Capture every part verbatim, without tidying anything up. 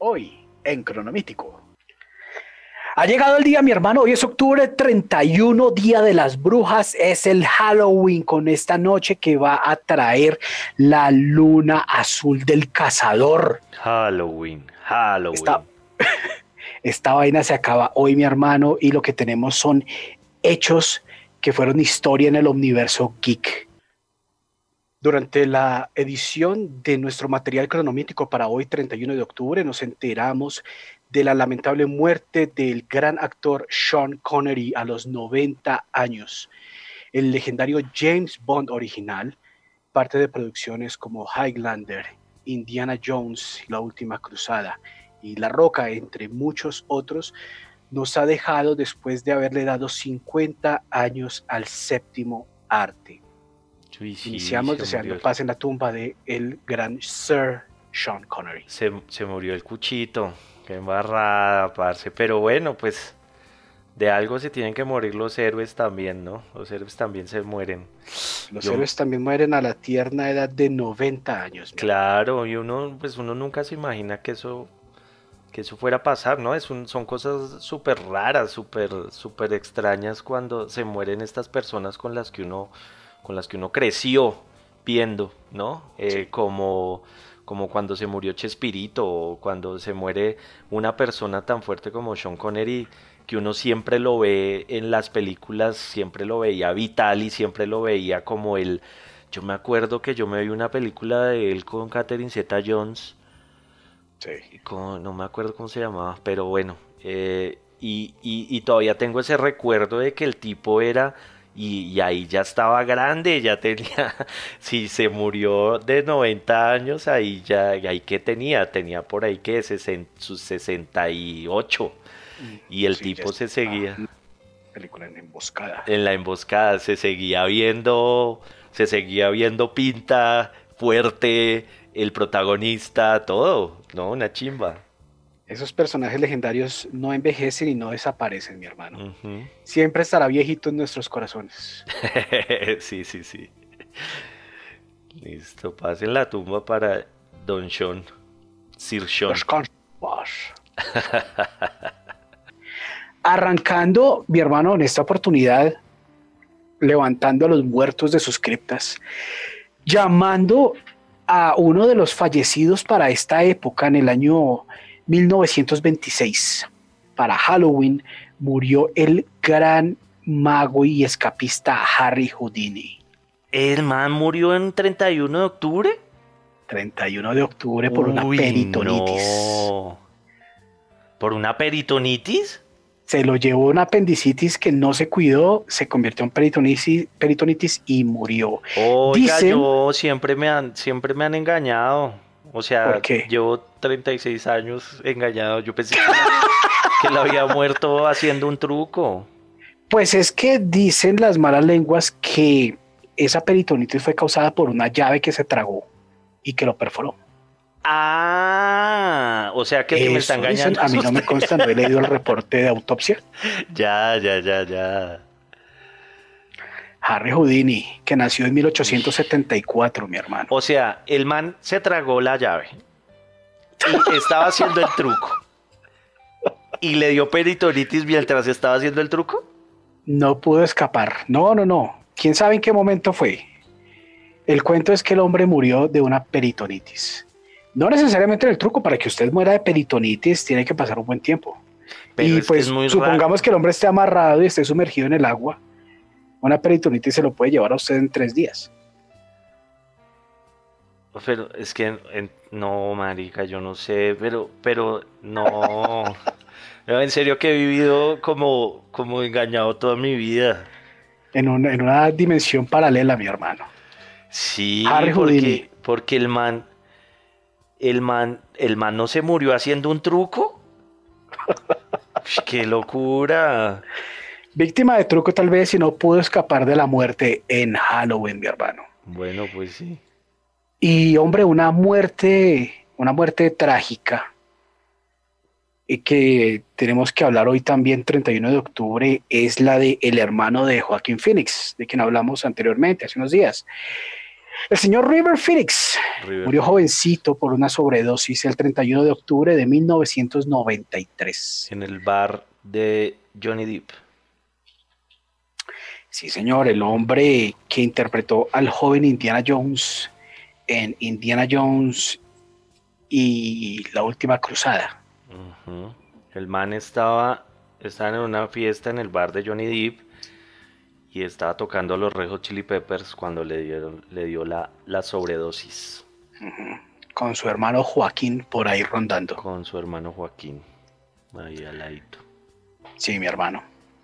hoy en Cronomítico. Ha llegado el día, mi hermano. Hoy es octubre treinta y uno, Día de las Brujas. Es el Halloween con esta noche que va a traer la luna azul del cazador. Halloween, Halloween. Esta, esta vaina se acaba hoy, mi hermano, y lo que tenemos son hechos que fueron historia en el universo geek. Durante la edición de nuestro material cronomítico para hoy, treinta y uno de octubre, nos enteramos de la lamentable muerte del gran actor Sean Connery a los noventa años. El legendario James Bond original, parte de producciones como Highlander, Indiana Jones, La Última Cruzada y La Roca, entre muchos otros, nos ha dejado después de haberle dado cincuenta años al séptimo arte. Sí, sí, Iniciamos deseando murió. paz en la tumba de el gran Sir Sean Connery. Se, se murió el cuchito, qué embarrada, parce. Pero bueno, pues de algo se tienen que morir los héroes también, ¿no? Los héroes también se mueren. Los Yo- héroes también mueren a la tierna edad de noventa años. mi Claro, y uno, pues uno nunca se imagina que eso, que eso fuera a pasar, ¿no? Es un- son cosas súper raras, súper, súper extrañas cuando se mueren estas personas con las que uno, con las que uno creció viendo, ¿no? Eh, Sí. como, como cuando se murió Chespirito o cuando se muere una persona tan fuerte como Sean Connery, que uno siempre lo ve en las películas, siempre lo veía vital y siempre lo veía como el... Yo me acuerdo que yo me vi una película de él con Catherine Zeta-Jones, Sí. con- no me acuerdo cómo se llamaba, pero bueno, eh, y, y- y todavía tengo ese recuerdo de que el tipo era, y, y ahí ya estaba grande, ya tenía, si se murió de noventa años, ahí ya, y ahí que tenía, tenía por ahí que sesen- sus sesenta y ocho, y el Sí, ya tipo se está. seguía Película en emboscada. en la emboscada, se seguía viendo, se seguía viendo pinta, fuerte, el protagonista, todo, ¿no? Una chimba. Esos personajes legendarios no envejecen y no desaparecen, mi hermano. Ujú. Siempre estará viejito en nuestros corazones. Sí, sí, sí. Listo, pasen la tumba para Don Sean, Sir Sean. Los conservas. Arrancando, mi hermano, en esta oportunidad, levantando a los muertos de sus criptas, llamando a uno de los fallecidos para esta época, en el año mil novecientos veintiséis. Para Halloween murió el gran mago y escapista Harry Houdini. ¿El man murió en treinta y uno de octubre? treinta y uno de octubre por una Uy, peritonitis. no. ¿Por una peritonitis? Se lo llevó una apendicitis que no se cuidó, se convirtió en peritonitis, peritonitis y murió. Oiga, Dicen, yo siempre me han, siempre me han engañado. O sea, ¿por qué? llevo treinta y seis años engañado. Yo pensé que, que lo había muerto haciendo un truco. Pues es que dicen las malas lenguas que esa peritonitis fue causada por una llave que se tragó y que lo perforó. Ah, o sea que el que me está Eso dicen, engañando a es mí no me usted. consta, no he leído el reporte de autopsia. Ya, ya, ya, ya. Harry Houdini, que nació en mil ochocientos setenta y cuatro, mi hermano. O sea, el man se tragó la llave y estaba haciendo el truco. ¿Y le dio peritonitis mientras estaba haciendo el truco? No pudo escapar. No, no, no. ¿Quién sabe en qué momento fue? El cuento es que el hombre murió de una peritonitis. No necesariamente en el truco, para que usted muera de peritonitis tiene que pasar un buen tiempo. Pero Y es que pues es muy supongamos raro. que el hombre esté amarrado y esté sumergido en el agua. Una peritonitis se lo puede llevar a usted en tres días. Pero es que en- no, marica, yo no sé, pero, pero no. No, en serio que he vivido como, como engañado toda mi vida. En una, en una dimensión paralela, mi hermano. Sí, Harry Houdini. porque, porque el man, el man, el man no se murió haciendo un truco. Ush, ¡qué locura! Víctima de truco tal vez y no pudo escapar de la muerte en Halloween, mi hermano. Bueno, pues sí. Y hombre, una muerte, una muerte trágica y que tenemos que hablar hoy también, treinta y uno de octubre, es la de el hermano de Joaquín Phoenix, de quien hablamos anteriormente, hace unos días. El señor River Phoenix River murió Phoenix. jovencito por una sobredosis el treinta y uno de octubre de mil novecientos noventa y tres. En el bar de Johnny Depp. Sí, señor, el hombre que interpretó al joven Indiana Jones en Indiana Jones y la última cruzada. Ujú. El man estaba, estaba en una fiesta en el bar de Johnny Depp y estaba tocando los Red Hot Chili Peppers cuando le dieron, le dio la, la sobredosis Con su hermano Joaquín por ahí rondando. con su hermano Joaquín. Ahí al ladito. Sí, mi hermano.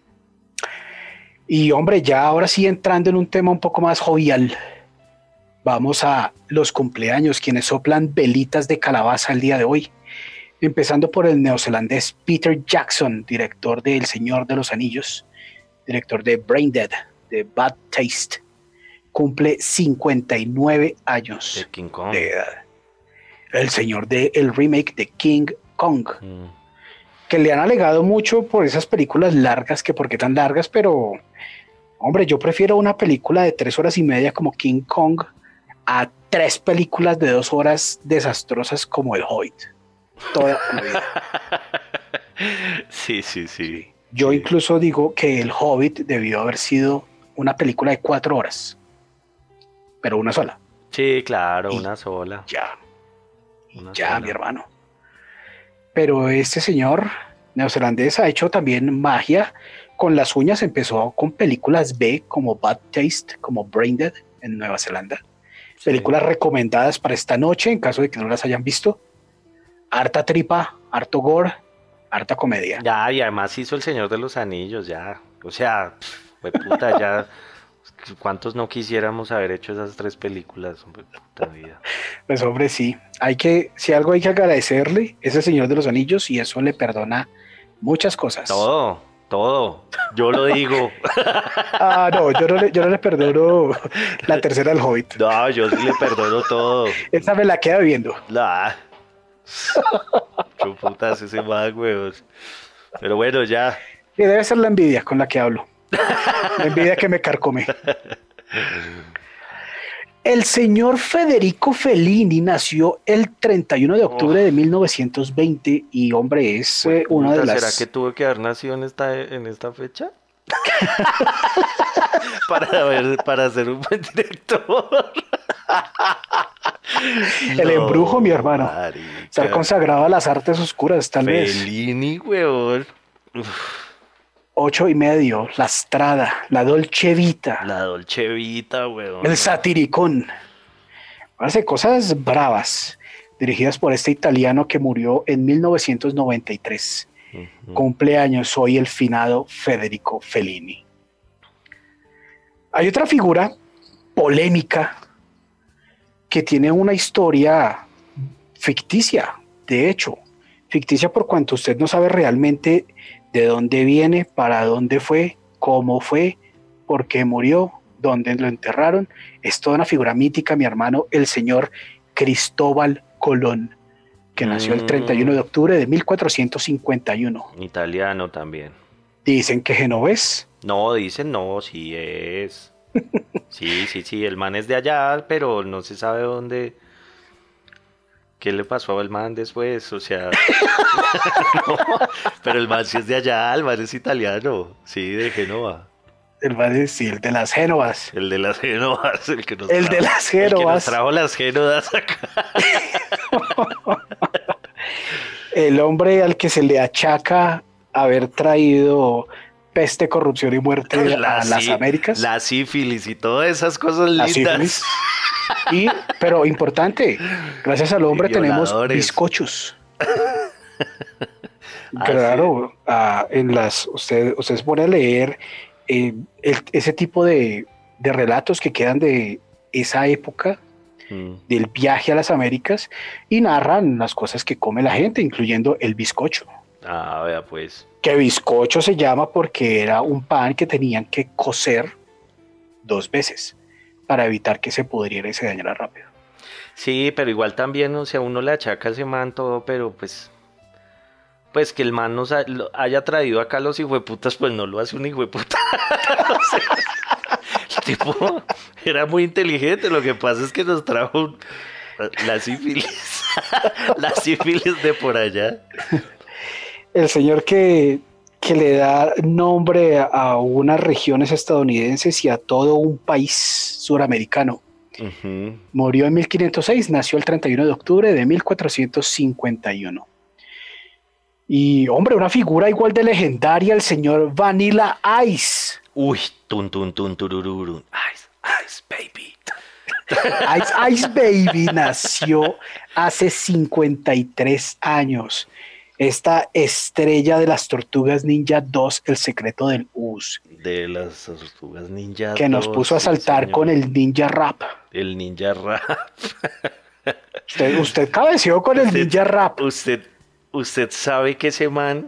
Y hombre, ya ahora sí entrando en un tema un poco más jovial, vamos a los cumpleaños, quienes soplan velitas de calabaza el día de hoy. Empezando por el neozelandés Peter Jackson, director de El Señor de los Anillos, director de Brain Dead, de Bad Taste. Cumple cincuenta y nueve años De King Kong. de edad. El señor de el remake de King Kong, Mm. que le han alegado mucho por esas películas largas, que por qué tan largas, pero hombre, yo prefiero una película de tres horas y media como King Kong a tres películas de dos horas desastrosas como El Hobbit. Toda la vida. Sí, sí, sí. Yo Sí. incluso digo que El Hobbit debió haber sido una película de cuatro horas, pero una sola. Sí, claro, Y una sola. ya, Una ya, sola. mi hermano. Pero este señor neozelandés ha hecho también magia con las uñas. Empezó con películas B como Bad Taste, como Brain Dead en Nueva Zelanda. Sí. Películas recomendadas para esta noche en caso de que no las hayan visto. Harta tripa, harto gore, harta comedia. Ya, y además hizo El Señor de los Anillos, ya. O sea, fue puta, ya. ¿Cuántos no quisiéramos haber hecho esas tres películas? Hombre, puta vida. Pues hombre, sí, hay que, si algo hay que agradecerle, es el Señor de los Anillos y eso le perdona muchas cosas. Todo, todo. Yo lo digo. Ah, no, yo no le, yo no le perdono la tercera del Hobbit. No, yo sí le perdono todo. Esa me la queda viendo. Nah. Qué putas ese man, weón. Pero bueno, ya. Y debe ser la envidia con la que hablo. La envidia que me carcome. El señor Federico Fellini nació el treinta y uno de octubre de mil novecientos veinte y hombre es eh, una de Puta, las... ¿será que tuvo que haber nacido en esta, en esta fecha? para, ver, para ser un buen director. El embrujo, mi hermano. Marica. Estar consagrado a las artes oscuras, tal vez. Fellini, weón. Uf, Ocho y medio, La Strada, La Dolce Vita, la Dolce Vita, weón. El Satiricón. Hace cosas bravas, dirigidas por este italiano que murió en mil novecientos noventa y tres. Ujú. Cumpleaños hoy el finado Federico Fellini. Hay otra figura polémica que tiene una historia ficticia, de hecho, ficticia por cuanto usted no sabe realmente de dónde viene, para dónde fue, cómo fue, por qué murió, dónde lo enterraron. Es toda una figura mítica, mi hermano, el señor Cristóbal Colón, que nació el treinta y uno de octubre de mil cuatrocientos cincuenta y uno. Italiano también. Dicen que genovés. No, dicen no, sí es. Sí, sí, sí, el man es de allá, pero no se sabe dónde. ¿Qué le pasó al man después? O sea, no, pero el man sí es de allá, el man es italiano, sí, de Génova. El va a decir, el de las Génovas. El de las Génovas, el que nos El trajo, de las el que nos Génovas. trajo las Génovas acá. El hombre al que se le achaca haber traído peste, corrupción y muerte La a las sí- Américas. La sífilis y todas esas cosas La lindas. sífilis. Y, pero importante, gracias al hombre Y tenemos violadores. bizcochos. Ah, Claro, ah, en las, usted, usted se pone a leer eh, el- ese tipo de, de relatos que quedan de esa época Mm. del viaje a las Américas y narran las cosas que come la gente, incluyendo el bizcocho. Ah, vea pues. Que bizcocho se llama porque era un pan que tenían que cocer dos veces para evitar que se pudriera y se dañara rápido. Sí, pero igual también, o sea, uno le achaca a ese man todo, pero pues, pues que el man nos ha- lo- haya traído acá los hijueputas, pues no lo hace un hijueputa. O sea, tipo era muy inteligente. Lo que pasa es que nos trajo la sífilis. La sífilis de por allá. El señor que, que le da nombre a, a unas regiones estadounidenses y a todo un país suramericano. Uh-huh. Murió en mil quinientos seis, nació el treinta y uno de octubre de mil cuatrocientos cincuenta y uno. Y, hombre, una figura igual de legendaria, el señor Vanilla Ice. Uy, tun, tun, tun, turururun. Ice, Ice, baby. Ice Ice Baby nació hace cincuenta y tres años. Esta estrella de las Tortugas Ninja dos, El secreto del Us. De las Tortugas Ninja que nos dos, puso a sí, saltar señor. con el Ninja Rap. El Ninja Rap. Usted, usted cabeceó con el Usted- Ninja Rap. Usted, usted sabe que ese man,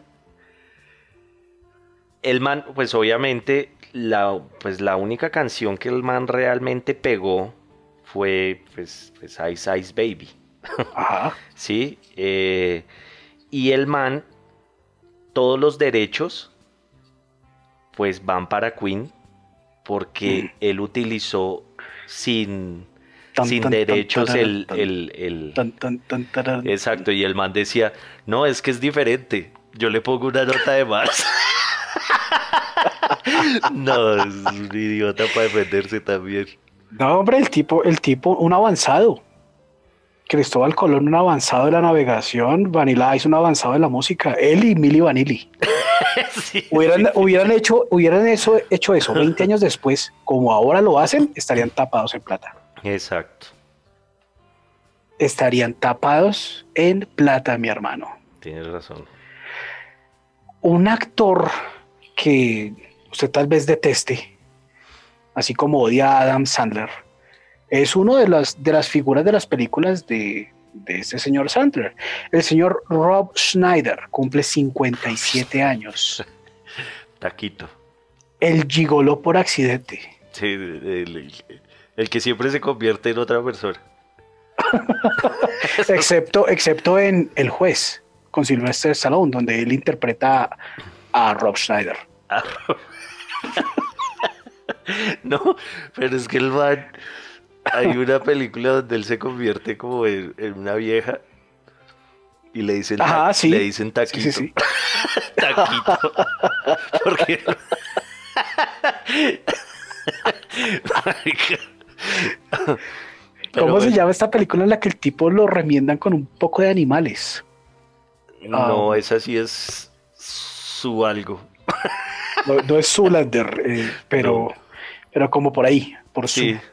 el man, pues obviamente, la, pues la única canción que el man realmente pegó fue, pues, pues Ice Ice Baby, Ajá. ¿sí? Eh, y el man, todos los derechos, pues van para Queen, porque él utilizó sin, Tan, sin tan, tan, derechos tarara, el, tan. el, el, Tan, tan, tan, tarán. Exacto, y el man decía, no, es que es diferente, yo le pongo una nota de más. No, es un idiota para defenderse también. No, hombre, el tipo, el tipo, un avanzado. Cristóbal Colón, un avanzado de la navegación. Vanilla Ice, un avanzado de la música. Él y Milli Vanilli. Sí, Hubieran, sí. hubieran, hecho, hubieran eso, hecho eso veinte años después, como ahora lo hacen, estarían tapados en plata. Exacto, Estarían tapados en plata, mi hermano. tienes razón. Un actor que usted tal vez deteste, así como odia a Adam Sandler, es uno de las, de las figuras de las películas de, de este señor Sandler. El señor Rob Schneider cumple cincuenta y siete años. Taquito. El gigoló por accidente. Sí, el, el- el que siempre se convierte en otra persona. Excepto, excepto en El Juez, con Sylvester Stallone, donde él interpreta a, a Rob Schneider. No, pero es que el man, hay una película donde él se convierte como en, en una vieja y le dicen, Ajá, ta- sí. le dicen taquito. Sí, sí, sí. Taquito. Porque... Marica. Pero ¿Cómo se bueno, llama esta película en la que el tipo lo remiendan con un poco de animales? no, Ah. esa sí es su algo. No, no es Zoolander, eh, pero, No. pero como por ahí, por su. Sí,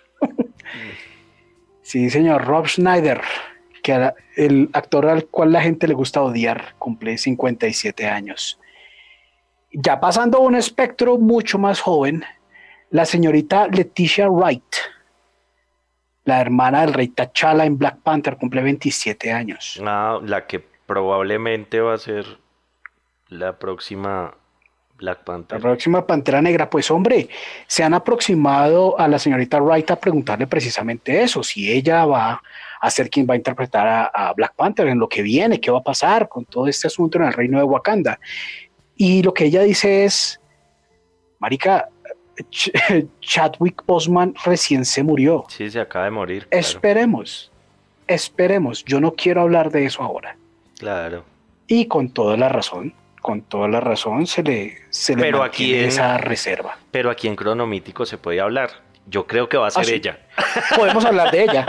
Sí, señor, Rob Schneider, que era el actor al cual la gente le gusta odiar, cumple cincuenta y siete años. Ya pasando a un espectro mucho más joven, la señorita Leticia Wright, la hermana del rey T'Challa en Black Panther, cumple veintisiete años. ah, la que probablemente va a ser la próxima Black La Panther. próxima Pantera Negra, pues hombre, se han aproximado a la señorita Wright a preguntarle precisamente eso, si ella va a ser quien va a interpretar a, a Black Panther en lo que viene, qué va a pasar con todo este asunto en el reino de Wakanda. Y lo que ella dice es, marica, Ch- Chadwick Boseman recién se murió. Sí, se acaba de morir, claro. Esperemos, esperemos, yo no quiero hablar de eso ahora. Claro. Y con toda la razón, con toda la razón se le, se le Pero aquí mantiene en- esa reserva. Pero aquí en Cronomítico se puede hablar. Yo creo que va a ser Ah, sí. ella. Podemos hablar de ella.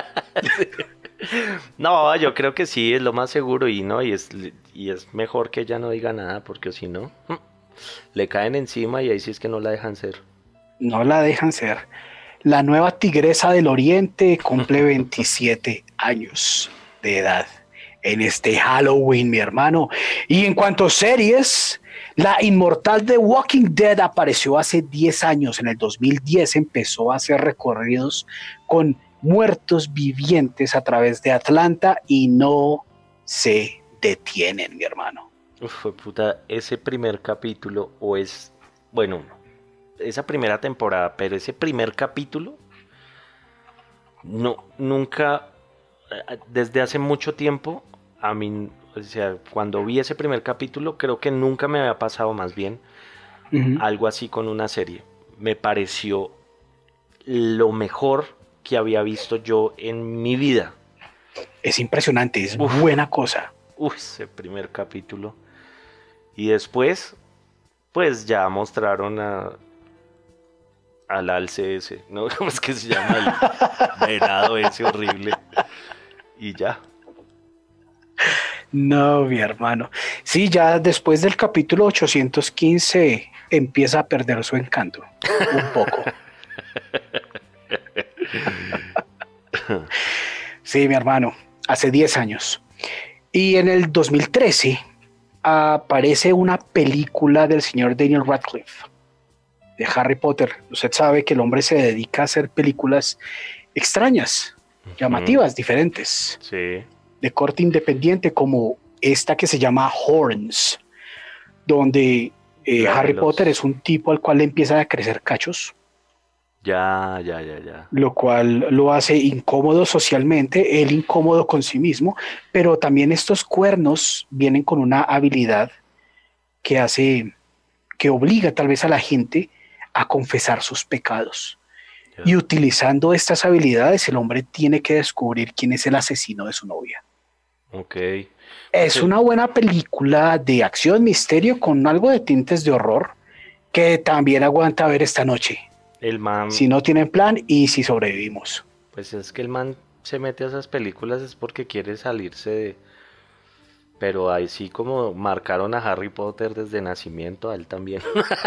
No, yo creo que sí, es lo más seguro y no, y es, y es mejor que ella no diga nada, porque si no, mm, le caen encima y ahí sí es que no la dejan ser. No la dejan ser. La nueva tigresa del oriente cumple veintisiete años de edad en este Halloween, mi hermano. Y en cuanto a series, la inmortal de Walking Dead apareció hace diez años. En el dos mil diez empezó a hacer recorridos con muertos vivientes a través de Atlanta y no se detienen, mi hermano. Uf, fue puta, ese primer capítulo, o es, bueno, esa primera temporada, pero ese primer capítulo, no, nunca, eh, desde hace mucho tiempo, a mí, o sea, cuando vi ese primer capítulo, creo que nunca me había pasado más bien Ujú. algo así con una serie. Me pareció lo mejor que había visto yo en mi vida. Es impresionante, es Uf. buena cosa. Uy, ese primer capítulo. Y después, pues ya mostraron a al alce ese, ¿no? ¿Cómo es que se llama? El venado ese horrible. Y ya. No, mi hermano. Sí, ya después del capítulo ochocientos quince empieza a perder su encanto. Un poco. Sí, mi hermano. Hace diez años. Y en el dos mil trece aparece una película del señor Daniel Radcliffe, de Harry Potter. Usted sabe que el hombre se dedica a hacer películas extrañas, llamativas, diferentes, Sí. de corte independiente, como esta que se llama Horns, donde eh, La de Harry los- Potter es un tipo al cual le empiezan a crecer cachos, Ya, ya, ya, ya. lo cual lo hace incómodo socialmente, él incómodo con sí mismo, pero también estos cuernos vienen con una habilidad que hace, que obliga tal vez a la gente a confesar sus pecados. Ya. Y utilizando estas habilidades, el hombre tiene que descubrir quién es el asesino de su novia. Ok. Es Sí. una buena película de acción, misterio, con algo de tintes de horror, que también aguanta ver esta noche. El man, Si no tienen plan y si sobrevivimos. pues es que el man se mete a esas películas es porque quiere salirse de... Pero ahí sí como marcaron a Harry Potter desde nacimiento, a él también.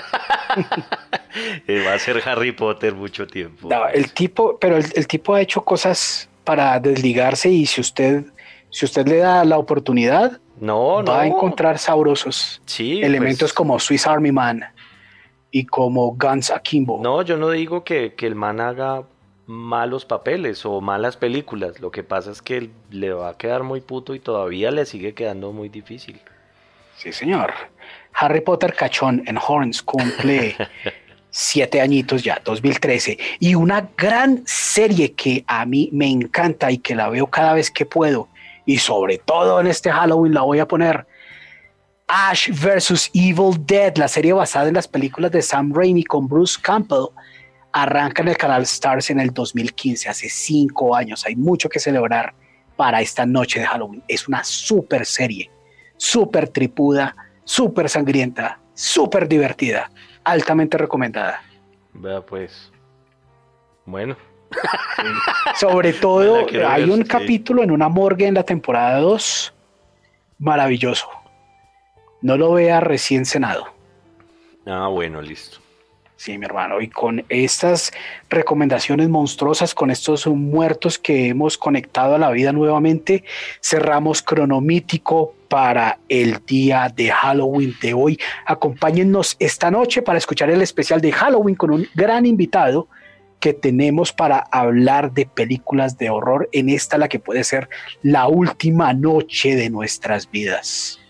Eh, Va a ser Harry Potter mucho tiempo. No, el tipo, pero el, el tipo ha hecho cosas para desligarse, y si usted, si usted le da la oportunidad, No, no. va a encontrar sabrosos Sí, elementos pues, como Swiss Army Man y como Guns Akimbo. no, yo no digo que, que el man haga malos papeles o malas películas. Lo que pasa es que él le va a quedar muy puto y todavía le sigue quedando muy difícil. Sí, señor. Harry Potter cachón en Horns cumple siete añitos ya, dos mil trece. Y una gran serie que a mí me encanta y que la veo cada vez que puedo, y sobre todo en este Halloween la voy a poner, Ash versus Evil Dead, la serie basada en las películas de Sam Raimi con Bruce Campbell, arranca en el canal Stars en el dos mil quince, hace cinco años. Hay mucho que celebrar para esta noche de Halloween. Es una súper serie, súper tripuda, súper sangrienta, súper divertida, altamente recomendada. Vea pues. Bueno, Sobre Me todo, la quiero hay ver, un sí. capítulo en una morgue en la temporada dos maravilloso. No lo vea recién cenado. ah, bueno, listo. Sí, mi hermano, y con estas recomendaciones monstruosas, con estos muertos que hemos conectado a la vida nuevamente, cerramos Cronomítico para el día de Halloween de hoy. Acompáñennos esta noche para escuchar el especial de Halloween con un gran invitado que tenemos para hablar de películas de horror en esta, la que puede ser la última noche de nuestras vidas.